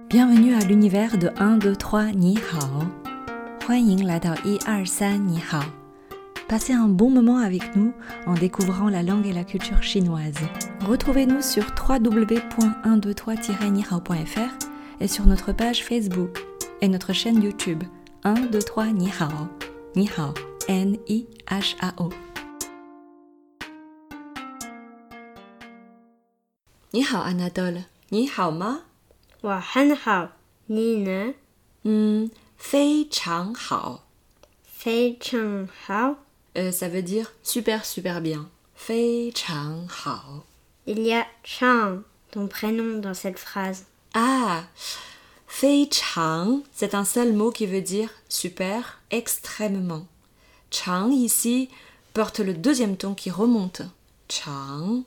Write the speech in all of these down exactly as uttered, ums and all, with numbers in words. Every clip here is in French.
Bienvenue à l'univers de un, deux, trois, ni hao. 欢迎来到一二三你好 Passez un bon moment avec nous en découvrant la langue et la culture chinoise. Retrouvez-nous sur w w w point un deux trois tiret ni hao point f r et sur notre page Facebook et notre chaîne YouTube un deux trois ni hao. Ni hao, N I H A O. 你好 Anatole, 你好吗？ 我很好，你呢？ 嗯，非常好。 非常好。 Euh, ça veut dire super super bien. 非常好。 Il y a Chang, ton prénom, dans cette phrase. Ah, 非常, c'est un seul mot qui veut dire super, extrêmement. Chang ici porte le deuxième ton qui remonte. Chang.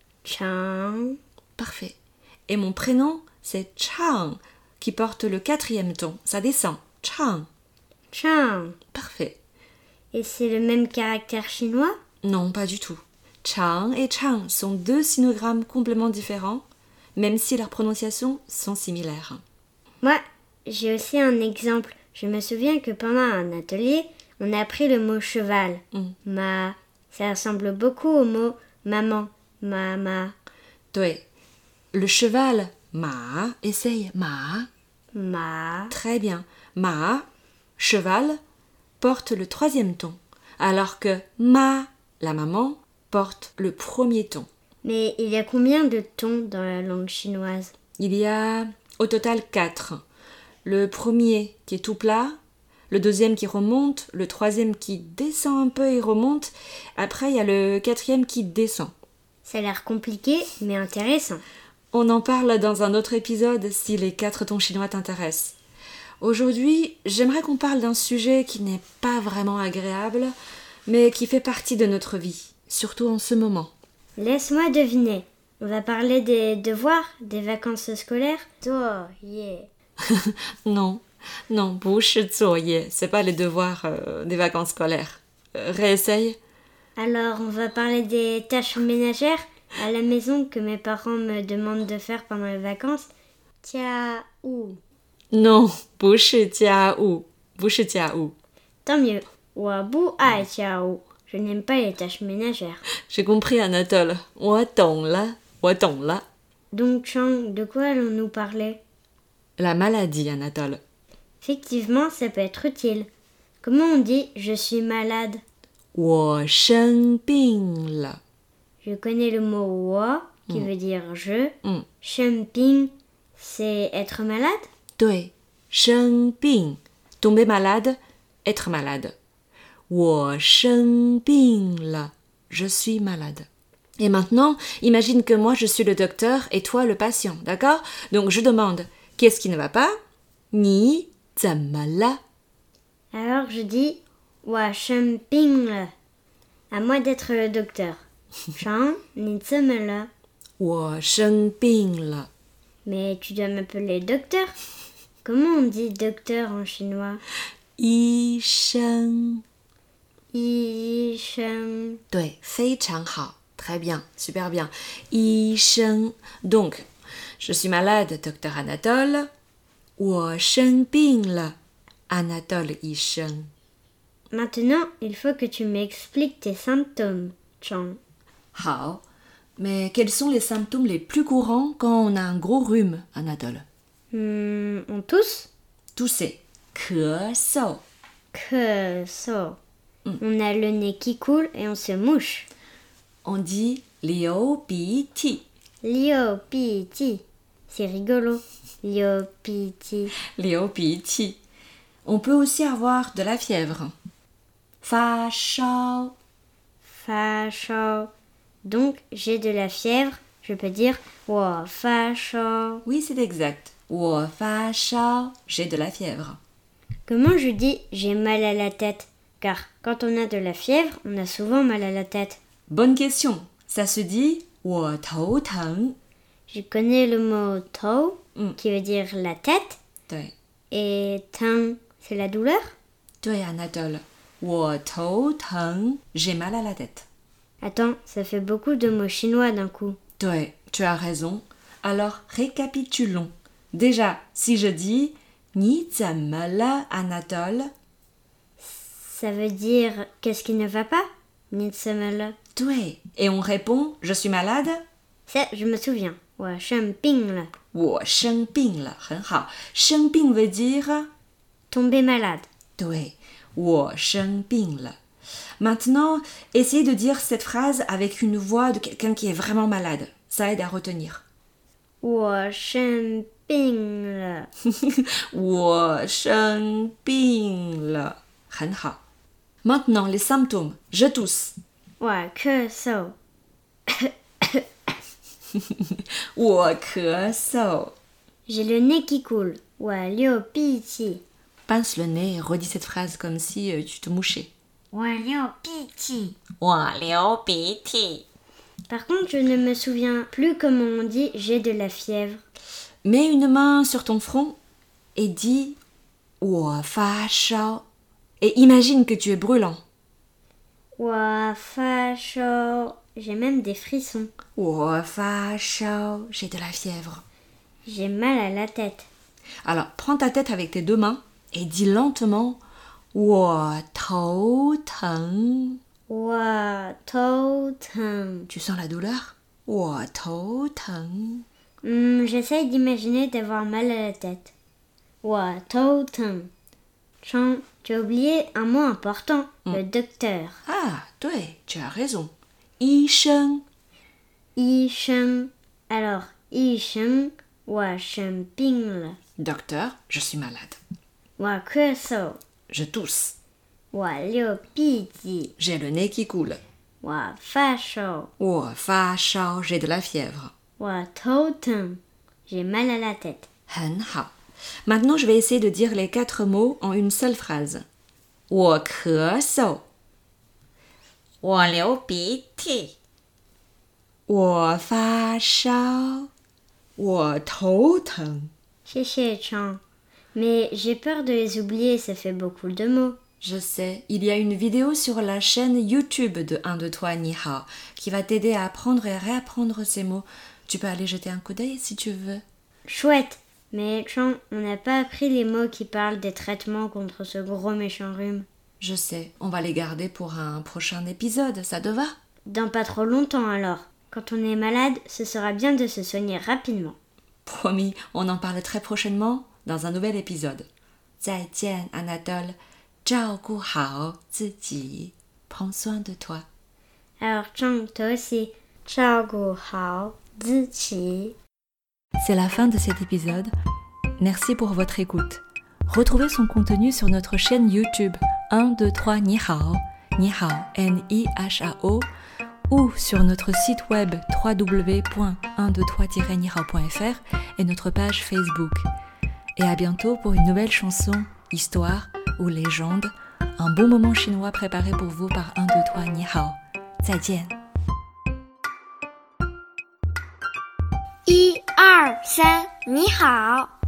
Chang. Parfait. Et mon prénom, c'est Chang, qui porte le quatrième ton. Ça descend. Chang. Chang. Parfait. Et c'est le même caractère chinois? Non, pas du tout. Chang et Chang sont deux sinogrammes complètement différents, même si leurs prononciations sont similaires. Moi, j'ai aussi un exemple. Je me souviens que pendant un atelier, on a appris le mot cheval. Mm. Ma. Ça ressemble beaucoup au mot maman. Mama. 对. Le cheval, ma, essaye, ma. Ma. Très bien. Ma, cheval, porte le troisième ton, alors que ma, la maman, porte le premier ton. Mais il y a combien de tons dans la langue chinoise? Il y a au total quatre. Le premier qui est tout plat, le deuxième qui remonte, le troisième qui descend un peu et remonte. Après, il y a le quatrième qui descend. Ça a l'air compliqué, mais intéressant. On en parle dans un autre épisode si les quatre tons chinois t'intéressent. Aujourd'hui, j'aimerais qu'on parle d'un sujet qui n'est pas vraiment agréable, mais qui fait partie de notre vie, surtout en ce moment. Laisse-moi deviner. On va parler des devoirs, des vacances scolaires. Oh, yeah. Non, non, 不是作业, c'est pas les devoirs euh, des vacances scolaires. Euh, réessaye. Alors, on va parler des tâches ménagères à la maison que mes parents me demandent de faire pendant les vacances. Tia ou. Non, 不是家务, 不是家务. Tant mieux. Wa bu ai tia ou. Je n'aime pas les tâches ménagères. J'ai compris, Anatole. 我懂了,我懂了. Donc, Chang, de quoi allons-nous parler? La maladie, Anatole. Effectivement, ça peut être utile. Comment on dit « je suis malade » 我生病了. Je connais le mot « wo » qui Mm. veut dire « je Mm. ». « Shenping », c'est être malade? 对,生病, tomber malade, être malade. 我生病了, je suis malade. Et maintenant, imagine que moi je suis le docteur et toi le patient, d'accord? Donc je demande, qu'est-ce qui ne va pas? 你怎么了? Alors je dis « wa shenping le ». À moi d'être le docteur. Chang, ni zeme le. 我生病了. Mais tu dois m'appeler docteur. Comment on dit docteur en chinois? 医生. Yi shen. 对,非常好. Très bien, super bien. 医生. Donc, je suis malade, docteur Anatole. 我生病了, Anatole 医生. Maintenant, il faut que tu m'expliques tes symptômes, Chang. 好. Mais quels sont les symptômes les plus courants quand on a un gros rhume, Anatole? Hmm, on tousse? Tousser. 咳嗽. Que so. Mm. On a le nez qui coule et on se mouche. On dit 流鼻涕. Liu pi ti. C'est rigolo. Liu pi ti. 流鼻涕. On peut aussi avoir de la fièvre. 发烧. Fa shao. Donc, j'ai de la fièvre. Je peux dire wo fa shao. Oui, c'est exact. 我发烧, j'ai de la fièvre. Comment je dis j'ai mal à la tête? Car quand on a de la fièvre, on a souvent mal à la tête. Bonne question. Ça se dit 我头疼. Je connais le mot tou Mm. qui veut dire la tête 对. et tang, c'est la douleur. 对, Anatole. 我头疼, j'ai mal à la tête. Attends, ça fait beaucoup de mots chinois d'un coup. 对, tu as raison. Alors, récapitulons. Déjà, si je dis « Ni怎么了, Anatole ?» Ça veut dire « Qu'est-ce qui ne va pas ?» Ni怎么了. Oui. Et on répond « Je suis malade ?» Ça, je me souviens. 我生病了. 我生病了，很好。生病 veut dire tomber malade. 对，我生病了。Maintenant, essayez de dire cette phrase avec une voix de quelqu'un qui est vraiment malade. Ça aide à retenir. 我生病了。 我生病了，很好。Maintenant, les symptômes. Je tousse. 我咳嗽。 我咳嗽。 J'ai le nez qui coule. 我流鼻涕。 Pince le nez et redis cette phrase comme si euh, tu te mouchais. 我流鼻涕。 我流鼻涕。 Par contre, je ne me souviens plus comment on dit « j'ai de la fièvre ». Mets une main sur ton front et dis «我发烧» et imagine que tu es brûlant. « 我发烧» J'ai même des frissons. «我发烧 » J'ai de la fièvre. J'ai mal à la tête. Alors, prends ta tête avec tes deux mains et dis lentement « 我头疼 » 我头疼. Tu sens la douleur? 我头疼. Hmm, j'essaye d'imaginer d'avoir mal à la tête. 我头疼. Chang, tu as oublié un mot important, mm. le docteur. Ah, oui, tu as raison. 医生. 医生. Alors, 医生, 我生病了. Docteur, je suis malade. 我咳嗽. Je tousse. 我流鼻涕. J'ai le nez qui coule. 我发烧. 我发烧 J'ai de la fièvre. 我头疼. J'ai mal à la tête. 很好. Maintenant, je vais essayer de dire les quatre mots en une seule phrase. 我咳嗽. 我流鼻涕. 我发烧. 我头疼. 谢谢 Chang. Mais j'ai peur de les oublier, ça fait beaucoup de mots. Je sais, il y a une vidéo sur la chaîne YouTube de un, deux, trois, Ni Hao qui va t'aider à apprendre et à réapprendre ces mots. Tu peux aller jeter un coup d'œil si tu veux. Chouette. Mais Chang, on n'a pas appris les mots qui parlent des traitements contre ce gros méchant rhume. Je sais, on va les garder pour un prochain épisode, ça te va? Dans pas trop longtemps alors. Quand on est malade, ce sera bien de se soigner rapidement. Promis, on en parle très prochainement dans un nouvel épisode. 再见, Anatole. 照顾好自己. Prends soin de toi. Alors Chang, toi aussi. 照顾好自己. C'est la fin de cet épisode. Merci pour votre écoute. Retrouvez son contenu sur notre chaîne YouTube un, deux, trois, Ni Hao, Ni Hao, N I H A O, ou sur notre site web w w w point un deux trois tiret ni hao point f r et notre page Facebook. Et à bientôt pour une nouvelle chanson, histoire ou légende, un bon moment chinois préparé pour vous par un, deux, trois, Ni Hao. 再见. 一二三，你好。